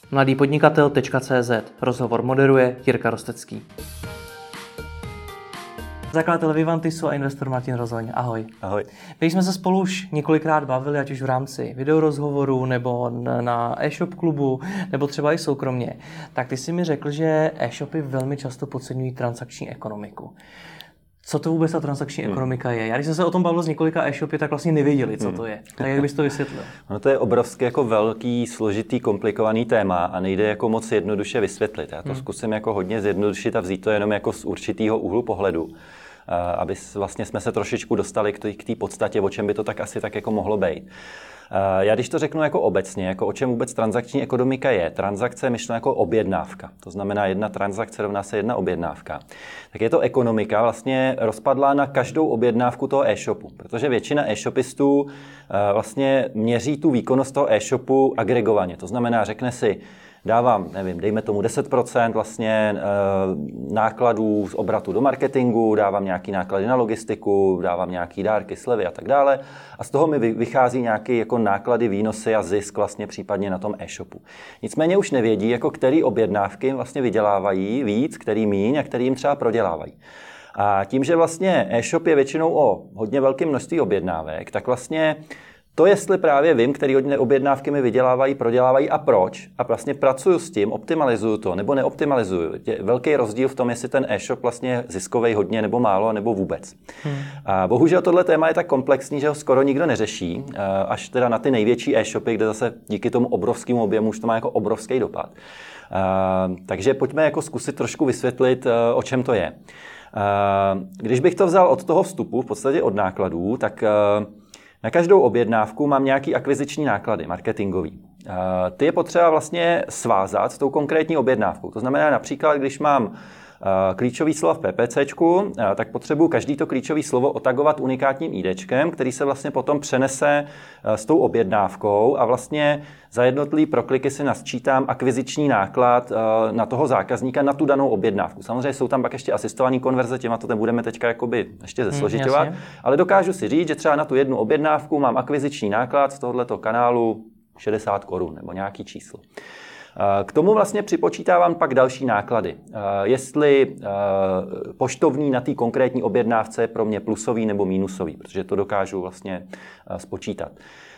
mladýpodnikatel.cz. Rozhovor moderuje Jirka Rostecký. Zakladatel Vivantisu a investor Martin Rozoň. Ahoj. Ahoj. My jsme se spolu už několikrát bavili, ať už v rámci videorozhovoru, nebo na e-shop klubu, nebo třeba i soukromně. Tak ty jsi mi řekl, že e-shopy velmi často podceňují transakční ekonomiku. Co to vůbec ta transakční ekonomika je? Já když jsem se o tom bavil s několika e-shopy, tak vlastně nevěděli, co to je. Tak jak bys to vysvětlil? No to je obrovský jako velký, složitý, komplikovaný téma a nejde jako moc jednoduše vysvětlit. Já to zkusím jako hodně zjednodušit a vzít to jenom jako z určitého úhlu pohledu, aby vlastně jsme se trošičku dostali k té podstatě, o čem by to tak asi tak jako mohlo být. Já když to řeknu jako obecně, jako o čem vůbec transakční ekonomika je, transakce je myšleno jako objednávka, to znamená jedna transakce rovná se jedna objednávka, tak je to ekonomika vlastně rozpadlá na každou objednávku toho e-shopu, protože většina e-shopistů vlastně měří tu výkonnost toho e-shopu agregovaně, to znamená řekne si, dávám, nevím, dejme tomu 10% vlastně nákladů z obratu do marketingu, dávám nějaký náklady na logistiku, dávám nějaký dárky, slevy a tak dále. A z toho mi vychází nějaké jako náklady, výnosy a zisk vlastně případně na tom e-shopu. Nicméně už nevědí, jako který objednávky vlastně vydělávají víc, který míň a který jim třeba prodělávají. A tím, že vlastně e-shop je většinou o hodně velkém množství objednávek, tak vlastně to, jestli právě vím, který hodně objednávky mi vydělávají, prodělávají a proč, a vlastně pracuju s tím, optimalizuju to nebo neoptimalizuju. Je velký rozdíl v tom, jestli ten e-shop vlastně ziskovej hodně nebo málo, nebo vůbec. A bohužel tohle téma je tak komplexní, že ho skoro nikdo neřeší, až teda na ty největší e-shopy, kde zase díky tomu obrovskému objemu už to má jako obrovský dopad. Takže pojďme jako zkusit trošku vysvětlit, o čem to je. Když bych to vzal od toho vstupu, v podstatě od nákladů, tak na každou objednávku mám nějaký akviziční náklady, marketingový. Ty je potřeba vlastně svázat s tou konkrétní objednávkou. To znamená například, když mám klíčový slovo v PPCčku, tak potřebuji každý to klíčové slovo otagovat unikátním IDčkem, který se vlastně potom přenese s tou objednávkou a vlastně za jednotlivý prokliky si nasčítám akviziční náklad na toho zákazníka na tu danou objednávku. Samozřejmě jsou tam pak ještě asistované konverze, těma to nebudeme teďka jakoby ještě zesložiťovat, ale dokážu si říct, že třeba na tu jednu objednávku mám akviziční náklad z tohoto kanálu 60 korun nebo nějaký číslo. K tomu vlastně připočítávám pak další náklady. Jestli poštovní na té konkrétní objednávce je pro mě plusový nebo mínusový, protože to dokážu vlastně spočítat.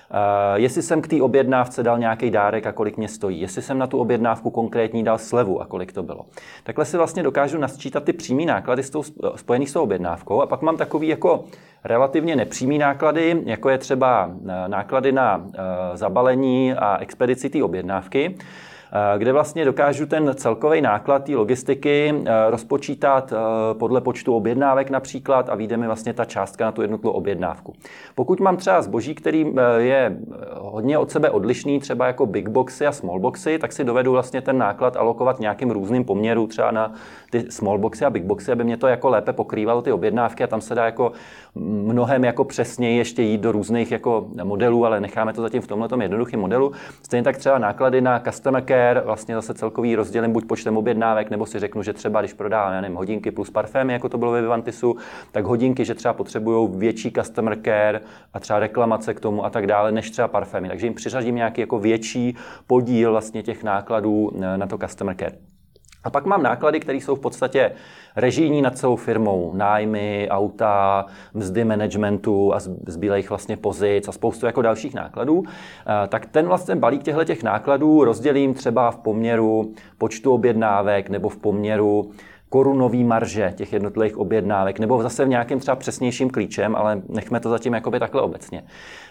Jestli jsem k té objednávce dal nějaký dárek a kolik mě stojí. Jestli jsem na tu objednávku konkrétní dal slevu a kolik to bylo. Takhle si vlastně dokážu nasčítat ty přímý náklady spojený s tou objednávkou a pak mám takový jako relativně nepřímý náklady, jako je třeba náklady na zabalení a expedici té objednávky, kde vlastně dokážu ten celkový náklad té logistiky rozpočítat podle počtu objednávek například a vyjde mi vlastně ta částka na tu jednotlivou objednávku. Pokud mám třeba zboží, který je hodně od sebe odlišný, třeba jako big boxy a small boxy, tak si dovedu vlastně ten náklad alokovat nějakým různým poměru třeba na ty small boxy a big boxy, aby mě to jako lépe pokrývalo ty objednávky a tam se dá jako mnohem jako přesněji ještě jít do různých jako modelů, ale necháme to zatím v tomhletom jednoduchém modelu. Stejně tak třeba náklady na customer care, vlastně zase celkový rozdělím buď počtem objednávek, nebo si řeknu, že třeba když prodávám, já nevím, hodinky plus parfémy, jako to bylo ve Vivantisu, tak hodinky, že třeba potřebují větší customer care a třeba reklamace k tomu a tak dále, než třeba parfémy. Takže jim přiřadím nějaký jako větší podíl vlastně těch nákladů na to customer care. A pak mám náklady, které jsou v podstatě režijní nad celou firmou, nájmy, auta, mzdy managementu a zbylejch vlastně pozic a spoustu jako dalších nákladů. Tak ten vlastně balík těchto nákladů rozdělím třeba v poměru počtu objednávek nebo v poměru korunový marže těch jednotlivých objednávek, nebo zase v nějakém třeba přesnějším klíčem, ale nechme to zatím jakoby takhle obecně.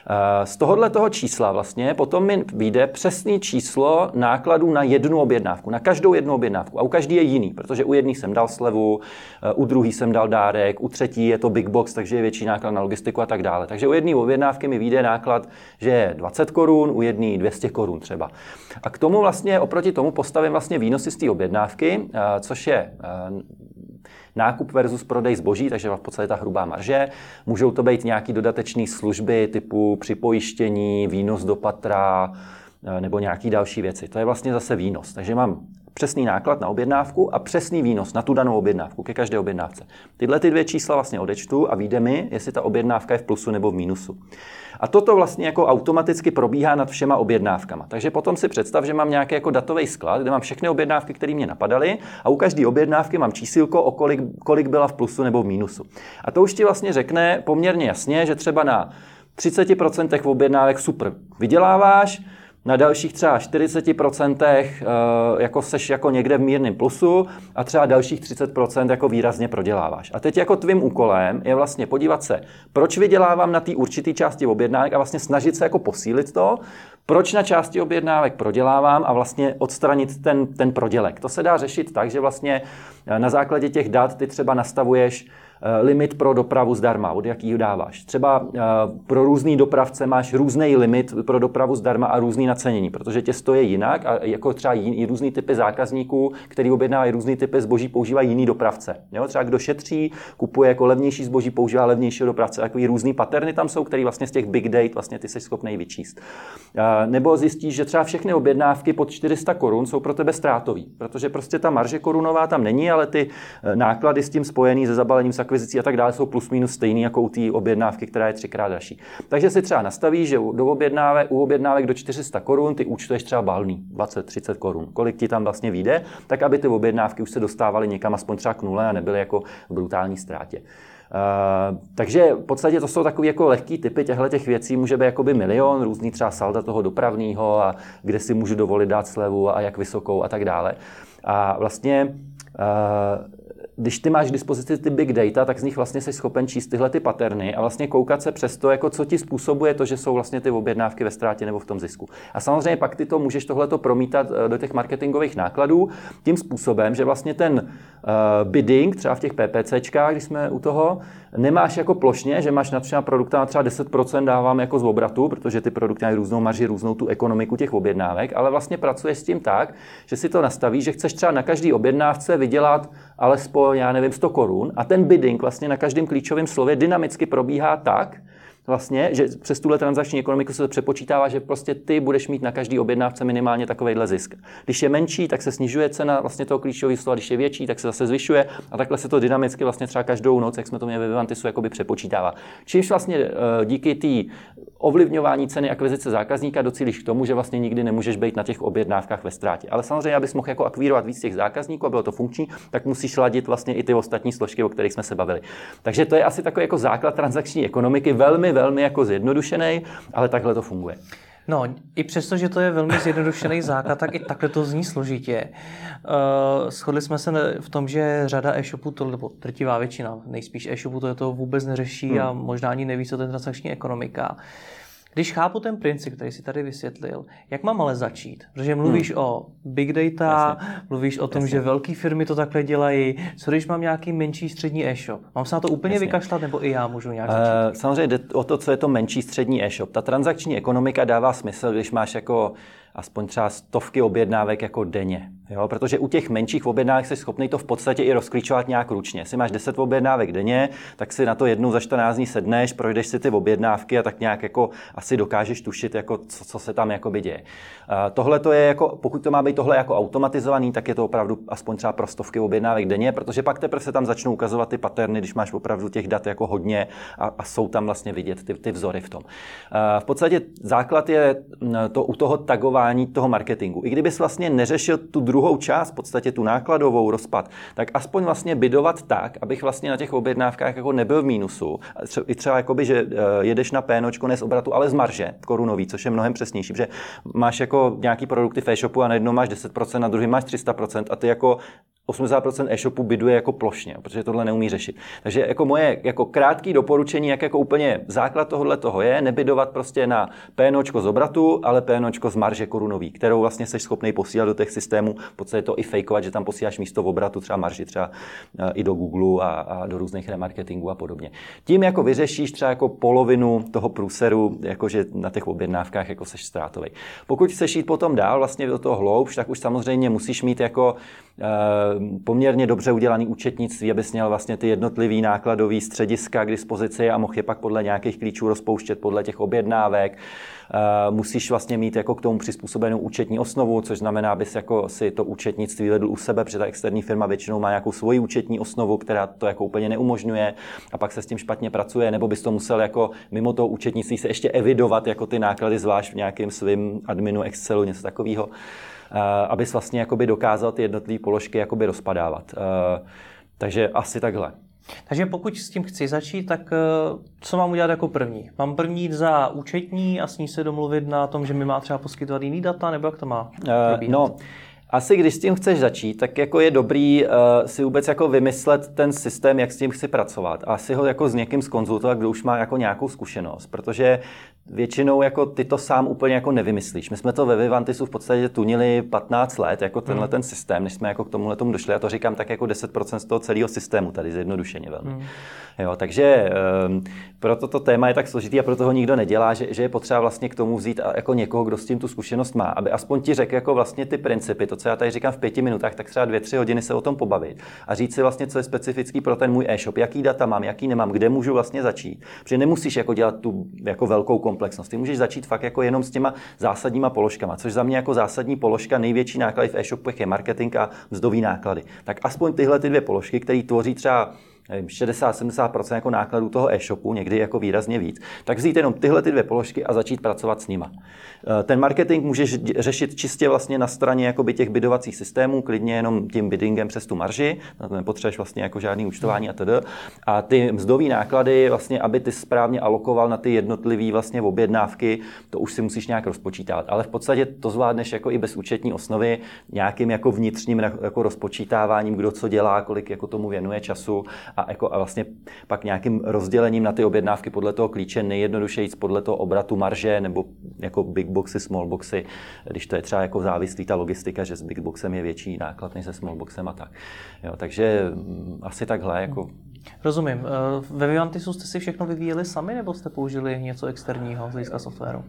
Z tohoto čísla vlastně potom mi vyjde přesné číslo nákladů na jednu objednávku, na každou jednu objednávku. A u každý je jiný, protože u jedných jsem dal slevu, u druhý jsem dal dárek, u třetí je to big box, takže je větší náklad na logistiku a tak dále. Takže u jedné objednávky mi vyjde náklad, že je 20 korun, u jedné 200 korun třeba. A k tomu vlastně oproti tomu postavím vlastně výnosy z té objednávky, což je nákup versus prodej zboží, takže v podstatě ta hrubá marže. Můžou to být nějaké dodatečné služby typu připojištění, výnos do patra, nebo nějaký další věci. To je vlastně zase výnos. Takže mám přesný náklad na objednávku a přesný výnos na tu danou objednávku ke každé objednávce. Tyhle ty dvě čísla vlastně odečtu a vyjde mi, jestli ta objednávka je v plusu nebo v mínusu. A toto vlastně jako automaticky probíhá nad všema objednávkama. Takže potom si představ, že mám nějaký jako datový sklad, kde mám všechny objednávky, které mě napadaly a u každé objednávky mám čísílko, o kolik byla v plusu nebo v mínusu. A to už ti vlastně řekne poměrně jasně, že třeba na 30% objednávek super vyděláváš, na dalších třeba 40% jako seš jako někde v mírném plusu a třeba dalších 30% jako výrazně proděláváš. A teď jako tvým úkolem je vlastně podívat se, proč vydělávám na té určité části objednávek a vlastně snažit se jako posílit to, proč na části objednávek prodělávám a vlastně odstranit ten prodělek. To se dá řešit tak, že vlastně na základě těch dat ty třeba nastavuješ limit pro dopravu zdarma, od jakýho dáváš. Třeba pro různý dopravce máš různý limit pro dopravu zdarma a různý nacenění, protože tě stojí jinak a jako třeba i různý typy zákazníků, který objednávají různý typy zboží, používají jiný dopravce. Jo? Třeba kdo šetří, kupuje jako levnější zboží, používá levnějšího dopravce. Takový různý paterny tam jsou, který vlastně z těch big data vlastně ty jsi schopný vyčíst. Nebo zjistíš, že třeba všechny objednávky pod 400 korun jsou pro tebe ztrátový, protože prostě ta marže korunová tam není, ale ty náklady s tím spojený se zabalením akvizicí a tak dále jsou plus minus stejný jako u té objednávky, která je 3x dražší. Takže si třeba nastavíš, že u objednávek do 400 korun ty účtuješ třeba balný 20-30 korun. Kolik ti tam vlastně vyjde, tak aby ty objednávky už se dostávaly někam aspoň třeba k nule a nebyly jako v brutální ztrátě. Takže v podstatě to jsou takový jako lehký typy těch věcí, může být jakoby milion, různý třeba salda toho dopravního a kde si můžu dovolit dát slevu a jak vysokou a tak dále. A vlastně když ty máš k dispozici ty big data, tak z nich vlastně jsi schopen číst tyhle ty paterny a vlastně koukat se přes to, jako co ti způsobuje to, že jsou vlastně ty objednávky ve ztrátě nebo v tom zisku. A samozřejmě pak ty to můžeš tohleto promítat do těch marketingových nákladů tím způsobem, že vlastně ten bidding třeba v těch PPCčkách, když jsme u toho, nemáš jako plošně, že máš na produkta třeba 10% dávám jako z obratu, protože ty produkty mají různou marži, různou tu ekonomiku těch objednávek, ale vlastně pracuješ s tím tak, že si to nastavíš, že chceš třeba na každý objednávce vydělat alespoň, já nevím, 100 korun a ten bidding vlastně na každém klíčovém slově dynamicky probíhá tak, vlastně, že přes tuhle transakční ekonomiku se to přepočítává, že prostě ty budeš mít na každý objednávce minimálně takovejhle zisk. Když je menší, tak se snižuje cena vlastně toho klíčového slova, když je větší, tak se zase zvyšuje a takhle se to dynamicky vlastně třeba každou noc, jak jsme to měli ve Vivantisu, jakoby přepočítává. Čímž vlastně díky té ovlivňování ceny akvizice zákazníka docílíš k tomu, že vlastně nikdy nemůžeš být na těch objednávkách ve ztrátě. Ale samozřejmě, abys mohl jako akvírovat víc těch zákazníků a bylo to funkční, tak musíš ladit vlastně i ty ostatní složky, o kterých jsme se bavili. Takže to je asi takový jako základ transakční ekonomiky, velmi jako zjednodušený, ale takhle to funguje. No, i přesto, že to je velmi zjednodušený základ, tak i takhle to zní složitě. Shodli jsme se v tom, že řada e-shopů, nebo drtivá většina, nejspíš e-shopů to vůbec neřeší a možná ani neví, co to je transakční ekonomika. Když chápu ten princip, který si tady vysvětlil, jak mám ale začít? Protože mluvíš o big data, mluvíš o tom, že velké firmy to takhle dělají. Co když mám nějaký menší střední e-shop? Mám se na to úplně vykašlat, nebo i já můžu nějak začít? Samozřejmě jde o to, co je to menší střední e-shop. Ta transakční ekonomika dává smysl, když máš jako aspoň třeba stovky objednávek jako denně. Jo? Protože u těch menších objednávek jsi schopný to v podstatě i rozklíčovat nějak ručně. Jestli máš 10 objednávek denně, tak si na to jednou za 14 dní sedneš, projdeš si ty objednávky a tak nějak jako asi dokážeš tušit, jako co se tam jakoby děje. Tohle to je jako, pokud to má být tohle jako automatizovaný, tak je to opravdu aspoň třeba pro stovky objednávek denně, protože pak teprve se tam začnou ukazovat ty paterny, když máš opravdu těch dat jako hodně a jsou tam vlastně vidět ty vzory v tom. V podstatě základ je to u toho tagování toho marketingu. I kdybys vlastně neřešil tu druhou část, v podstatě tu nákladovou rozpad, tak aspoň vlastně bidovat tak, abych vlastně na těch objednávkách jako nebyl v mínusu. I třeba jakoby, že jedeš na pénočko ne z obratu, ale z marže korunový, což je mnohem přesnější, protože máš jako nějaký produkty v e-shopu a na jednou máš 10%, na druhý máš 300% a ty jako 80% e-shopu biduje jako plošně, protože tohle neumí řešit. Takže jako moje jako krátké doporučení, jak jako úplně základ tohohle toho je nebidovat prostě na pénočko z obratu, ale pénočko z marže korunový, kterou vlastně jsi schopný posílat do těch systémů, v podstatě to i fejkovat, že tam posíláš místo v obratu třeba marži, třeba i do Google a do různých remarketingů a podobně. Tím jako vyřešíš třeba jako polovinu toho průseru, jakože na těch objednávkách jako seš ztrátovej. Pokud chceš jít potom dál vlastně do toho hloubš, tak už samozřejmě musíš mít jako poměrně dobře udělaný účetnictví, abys měl vlastně ty jednotlivý nákladový střediska k dispozici a mohl je pak podle nějakých klíčů rozpouštět podle těch objednávek. Musíš vlastně mít jako k tomu přizpůsobenou účetní osnovu, což znamená, abys jako si to účetnictví vedl u sebe, protože ta externí firma většinou má nějakou svoji účetní osnovu, která to jako úplně neumožňuje a pak se s tím špatně pracuje, nebo bys to musel jako mimo toho účetnictví se ještě evidovat jako ty náklady zvlášť v nějakém svým adminu Excelu, něco takového, abys vlastně jakoby dokázal ty jednotlivé položky jakoby rozpadávat. Takže asi takhle. Takže pokud s tím chci začít, tak co mám udělat jako první? Mám první jít za účetní a s ní se domluvit na tom, že mi má třeba poskytovat jiný data, nebo jak to má probíhat? Asi když s tím chceš začít, tak jako je dobrý si vůbec jako vymyslet ten systém, jak s tím chci pracovat a si ho jako s někým zkonzultovat, kdo už má jako nějakou zkušenost, protože většinou jako ty to sám úplně jako nevymyslíš. My jsme to ve Vivantisu v podstatě tunili 15 let, jako tenhle ten systém, než jsme jako k tomuhle tomu došli. Já to říkám tak jako 10% z toho celého systému tady zjednodušeně velmi. Jo, takže proto to téma je tak složitý a proto ho nikdo nedělá, že je potřeba vlastně k tomu vzít jako někoho, kdo s tím tu zkušenost má, aby aspoň ti řekl jako vlastně ty principy, to, co já tady říkám v 5 minutách, tak třeba 2-3 hodiny se o tom pobavit a říct si vlastně, co je specifický pro ten můj e-shop, jaký data mám, jaký nemám, kde můžu vlastně začít. Protože nemusíš jako dělat tu jako velkou komplexnost. Ty můžeš začít fakt jako jenom s těma zásadníma položkama, což za mě jako zásadní položka, největší náklady v e-shopech je marketing a mzdový náklady. Tak aspoň tyhle ty dvě položky, které tvoří třeba 60-70% jako nákladů toho e-shopu, někdy jako výrazně víc, tak vzít jenom tyhle ty dvě položky a začít pracovat s nima. Ten marketing můžeš řešit čistě vlastně na straně jakoby těch bidovacích systémů, klidně jenom tím biddingem přes tu marži, na to nepotřebuješ vlastně jako žádný účtování atd. A ty mzdový náklady vlastně, aby ty správně alokoval na ty jednotlivé vlastně objednávky, to už si musíš nějak rozpočítat. Ale v podstatě to zvládneš jako i bez účetní osnovy, nějakým jako vnitřním jako rozpočítáváním, kdo co dělá, kolik jako tomu věnuje času. A vlastně pak nějakým rozdělením na ty objednávky podle toho klíče, nejjednodušeji podle toho obratu marže nebo jako big boxy, small boxy, když to je třeba jako závislý ta logistika, že s big boxem je větší náklad než se small boxem a tak. Jo, takže asi takhle. Jako... Rozumím. Ve Vivantisu jste si všechno vyvíjeli sami nebo jste použili něco externího z hlediska softwaru?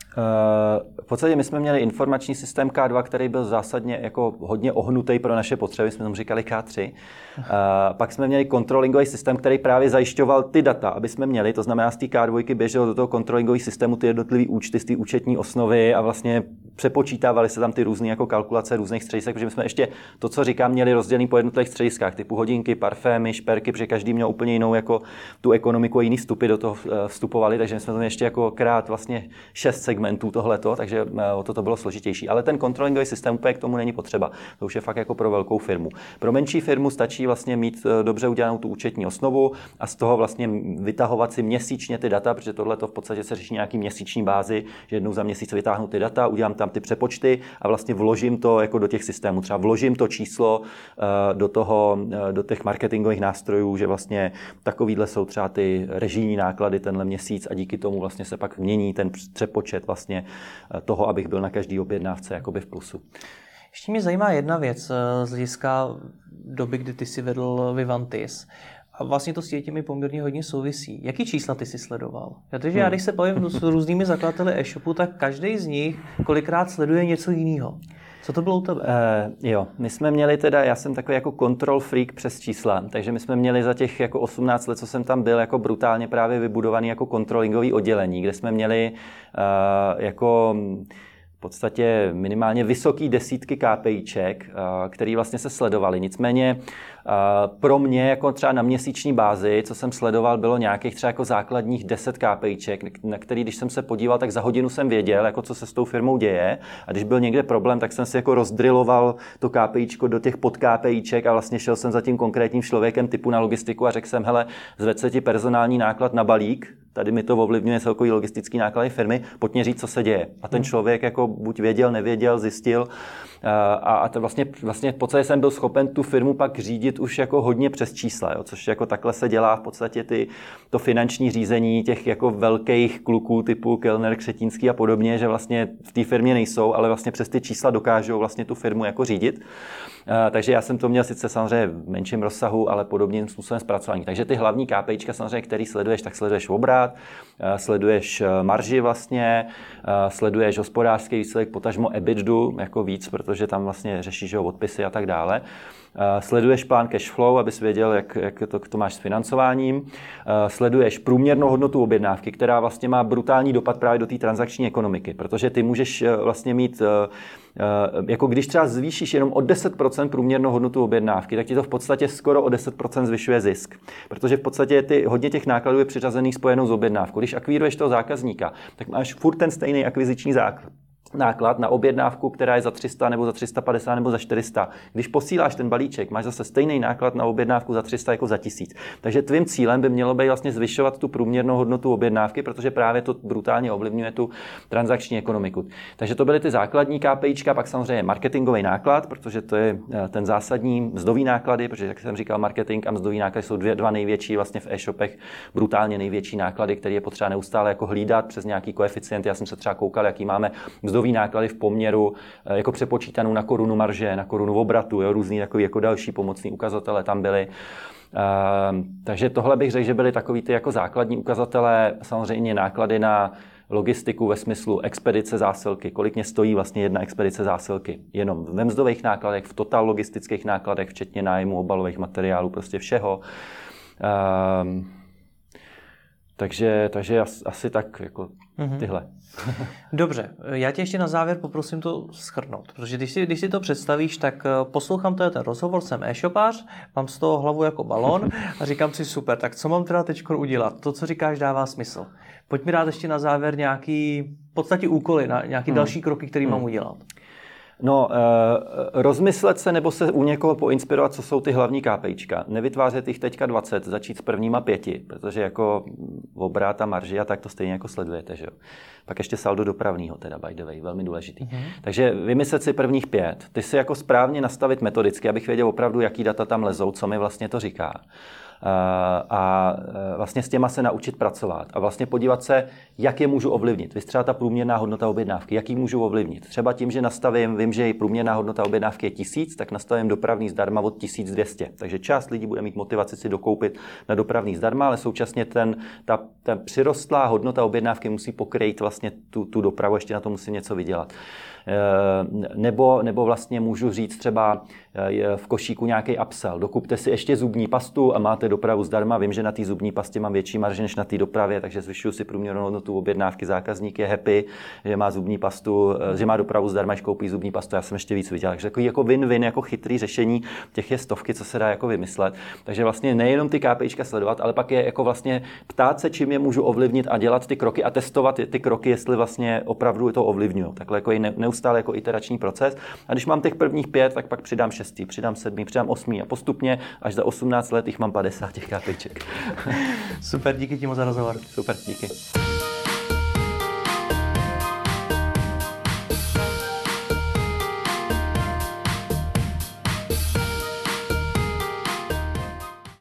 V podstatě my jsme měli informační systém K2, který byl zásadně jako hodně ohnutý pro naše potřeby, jsme tomu říkali K3. Pak jsme měli controllingový systém, který právě zajišťoval ty data, aby jsme měli, to znamená z té K2 běželo do toho controllingového systému ty jednotlivé účty z té účetní osnovy a vlastně přepočítávaly se tam ty různé jako kalkulace různých středisek, protože my jsme ještě to, co říkám, měli rozdělený po jednotlivých střediskách, typu hodinky, parfémy, šperky, protože každý měl úplně jinou jako tu ekonomiku a jiný vstupy do toho vstupovali, takže jsme tam ještě jako krát vlastně 6 segmentů tohleto, takže o to bylo složitější. Ale ten controllingový systém úplně k tomu není potřeba. To už je fakt jako pro velkou firmu. Pro menší firmu stačí vlastně mít dobře udělanou tu účetní osnovu a z toho vlastně vytahovat si měsíčně ty data, protože tohleto v podstatě se řeší nějaký měsíční bázi, že jednou za měsíc vytáhnu ty data, udělám tam ty přepočty a vlastně vložím to jako do těch systémů. Třeba vložím to číslo do těch marketingových nástrojů, že vlastně takovýhle jsou třeba ty režijní náklady tenhle měsíc a díky tomu vlastně se pak mění ten přepočet vlastně toho, abych byl na každý objednávce jakoby v plusu. Ještě mě zajímá jedna věc z hlediska doby, kdy ty si vedl Vivantis. A vlastně to s těmi poměrně hodně souvisí. Jaký čísla ty si sledoval? Protože já když se bavím s různými zakladateli e-shopu, tak každý z nich kolikrát sleduje něco jiného. Co to bylo u tebe? Jo, my jsme měli teda, já jsem takový jako control freak přes čísla, takže my jsme měli za těch jako 18 let, co jsem tam byl, jako brutálně právě vybudovaný jako controllingový oddělení, kde jsme měli jako v podstatě minimálně vysoký desítky KPIček, který vlastně se sledovaly. Nicméně pro mě jako třeba na měsíční bázi, co jsem sledoval, bylo nějakých třeba jako základních 10 KPIček, na který, když jsem se podíval, tak za hodinu jsem věděl, jako co se s tou firmou děje. A když byl někde problém, tak jsem si jako rozdriloval to KPIčko do těch pod KPIček a vlastně šel jsem za tím konkrétním člověkem typu na logistiku a řekl jsem, hele, zved se ti personální náklad na balík, tady mi to ovlivňuje celkový logistický náklady firmy, pojď mě říct, co se děje. A ten člověk jako buď věděl, nevěděl, zjistil. A to vlastně v podstatě jsem byl schopen tu firmu pak řídit už jako hodně přes čísla, jo, což jako takhle se dělá v podstatě to finanční řízení těch jako velkých kluků typu Kellner, Křetínský a podobně, že vlastně v té firmě nejsou, ale vlastně přes ty čísla dokážou vlastně tu firmu jako řídit. Takže já jsem to měl sice samozřejmě v menším rozsahu, ale podobným způsobem zpracování. Takže ty hlavní KPIčka samozřejmě, který sleduješ, tak sleduješ obrat, rezultát, sleduješ marži vlastně, sleduješ hospodářský výsledek, potažmo EBITDu jako víc, protože tam vlastně řešíš odpisy a tak dále. Sleduješ plán cash flow, abys věděl, jak to máš s financováním. Sleduješ průměrnou hodnotu objednávky, která vlastně má brutální dopad právě do té transakční ekonomiky, protože ty můžeš vlastně mít, jako když třeba zvýšíš jenom o 10% průměrnou hodnotu objednávky, tak ti to v podstatě skoro o 10% zvyšuje zisk, protože v podstatě hodně těch nákladů je přiřazených spojenou s objednávkou. Když akvíruješ toho zákazníka, tak máš furt ten stejný akviziční náklad na objednávku, která je za 300 nebo za 350 nebo za 400. Když posíláš ten balíček, máš zase stejný náklad na objednávku za 300 jako za 1000. Takže tvým cílem by mělo být vlastně zvyšovat tu průměrnou hodnotu objednávky, protože právě to brutálně ovlivňuje tu transakční ekonomiku. Takže to byly ty základní KPIčka, pak samozřejmě marketingový náklad, protože to je ten zásadní mzdový náklady, protože jak jsem říkal, marketing a mzdový náklady jsou dva největší vlastně v e-shopech, brutálně největší náklady, které je potřeba neustále jako hlídat přes nějaký koeficient. Já jsem se třeba koukal, jaký máme mzdový náklady v poměru jako přepočítanou na korunu marže, na korunu obratu, jo, různý takový jako další pomocný ukazatele tam byly. Takže tohle bych řekl, že byly takový ty jako základní ukazatele, samozřejmě náklady na logistiku ve smyslu expedice zásilky, kolik mě stojí vlastně jedna expedice zásilky, jenom ve mzdových nákladech, v total logistických nákladech, včetně nájmu obalových materiálů, prostě všeho. Takže asi tak jako tyhle. Dobře, já tě ještě na závěr poprosím to shrnout, protože když si to představíš, tak poslouchám ten rozhovor, jsem e-shopář, mám z toho hlavu jako balon a říkám si super, tak co mám teda teď udělat? To, co říkáš, dává smysl. Pojď mi dát ještě na závěr nějaký v podstatě úkoly, nějaký další kroky, které mám udělat. No, rozmyslet se nebo se u někoho poinspirovat, co jsou ty hlavní KPIčka. Nevytvářet jich teďka 20, začít s prvníma 5, protože jako obrat a marži a tak to stejně jako sledujete, že jo. Pak ještě saldo dopravního, teda by the way, velmi důležitý. Takže vymyslet si prvních 5. Ty si jako správně nastavit metodicky, abych věděl opravdu, jaký data tam lezou, co mi vlastně to říká. A vlastně s těma se naučit pracovat a vlastně podívat se, jak je můžu ovlivnit. Třeba ta průměrná hodnota objednávky, jak ji můžu ovlivnit. Třeba tím, že nastavím, vím, že průměrná hodnota objednávky je 1000, tak nastavím dopravní zdarma od 1200. Takže část lidí bude mít motivaci si dokoupit na dopravní zdarma, ale současně ta přirostlá hodnota objednávky musí pokrýt vlastně tu dopravu, ještě na to musím něco vydělat. Nebo vlastně můžu říct třeba v košíku nějaký upsell. Dokupte si ještě zubní pastu a máte dopravu zdarma. Vím, že na té zubní pastě mám větší marži než na té dopravě, takže zvyšuju si průměrnou hodnotu objednávky. Zákazník je happy, že má zubní pastu, že má dopravu zdarma, když koupí zubní pastu. Já jsem ještě víc viděl. Takže takový jako win-win, jako chytrý řešení, těch je stovky, co se dá jako vymyslet. Takže vlastně nejenom ty KPIčka sledovat, ale pak je jako vlastně ptát se, čím je můžu ovlivnit a dělat ty kroky a testovat ty kroky, jestli vlastně opravdu to ovlivňují. Takhle jako neustále jako iterační proces. A když mám těch prvních 5, tak pak přidám 6, přidám 7, přidám 8 a postupně až za 18 let jich mám 50 těch KPIček. Super, díky ti moc za rozhovor. Super, díky.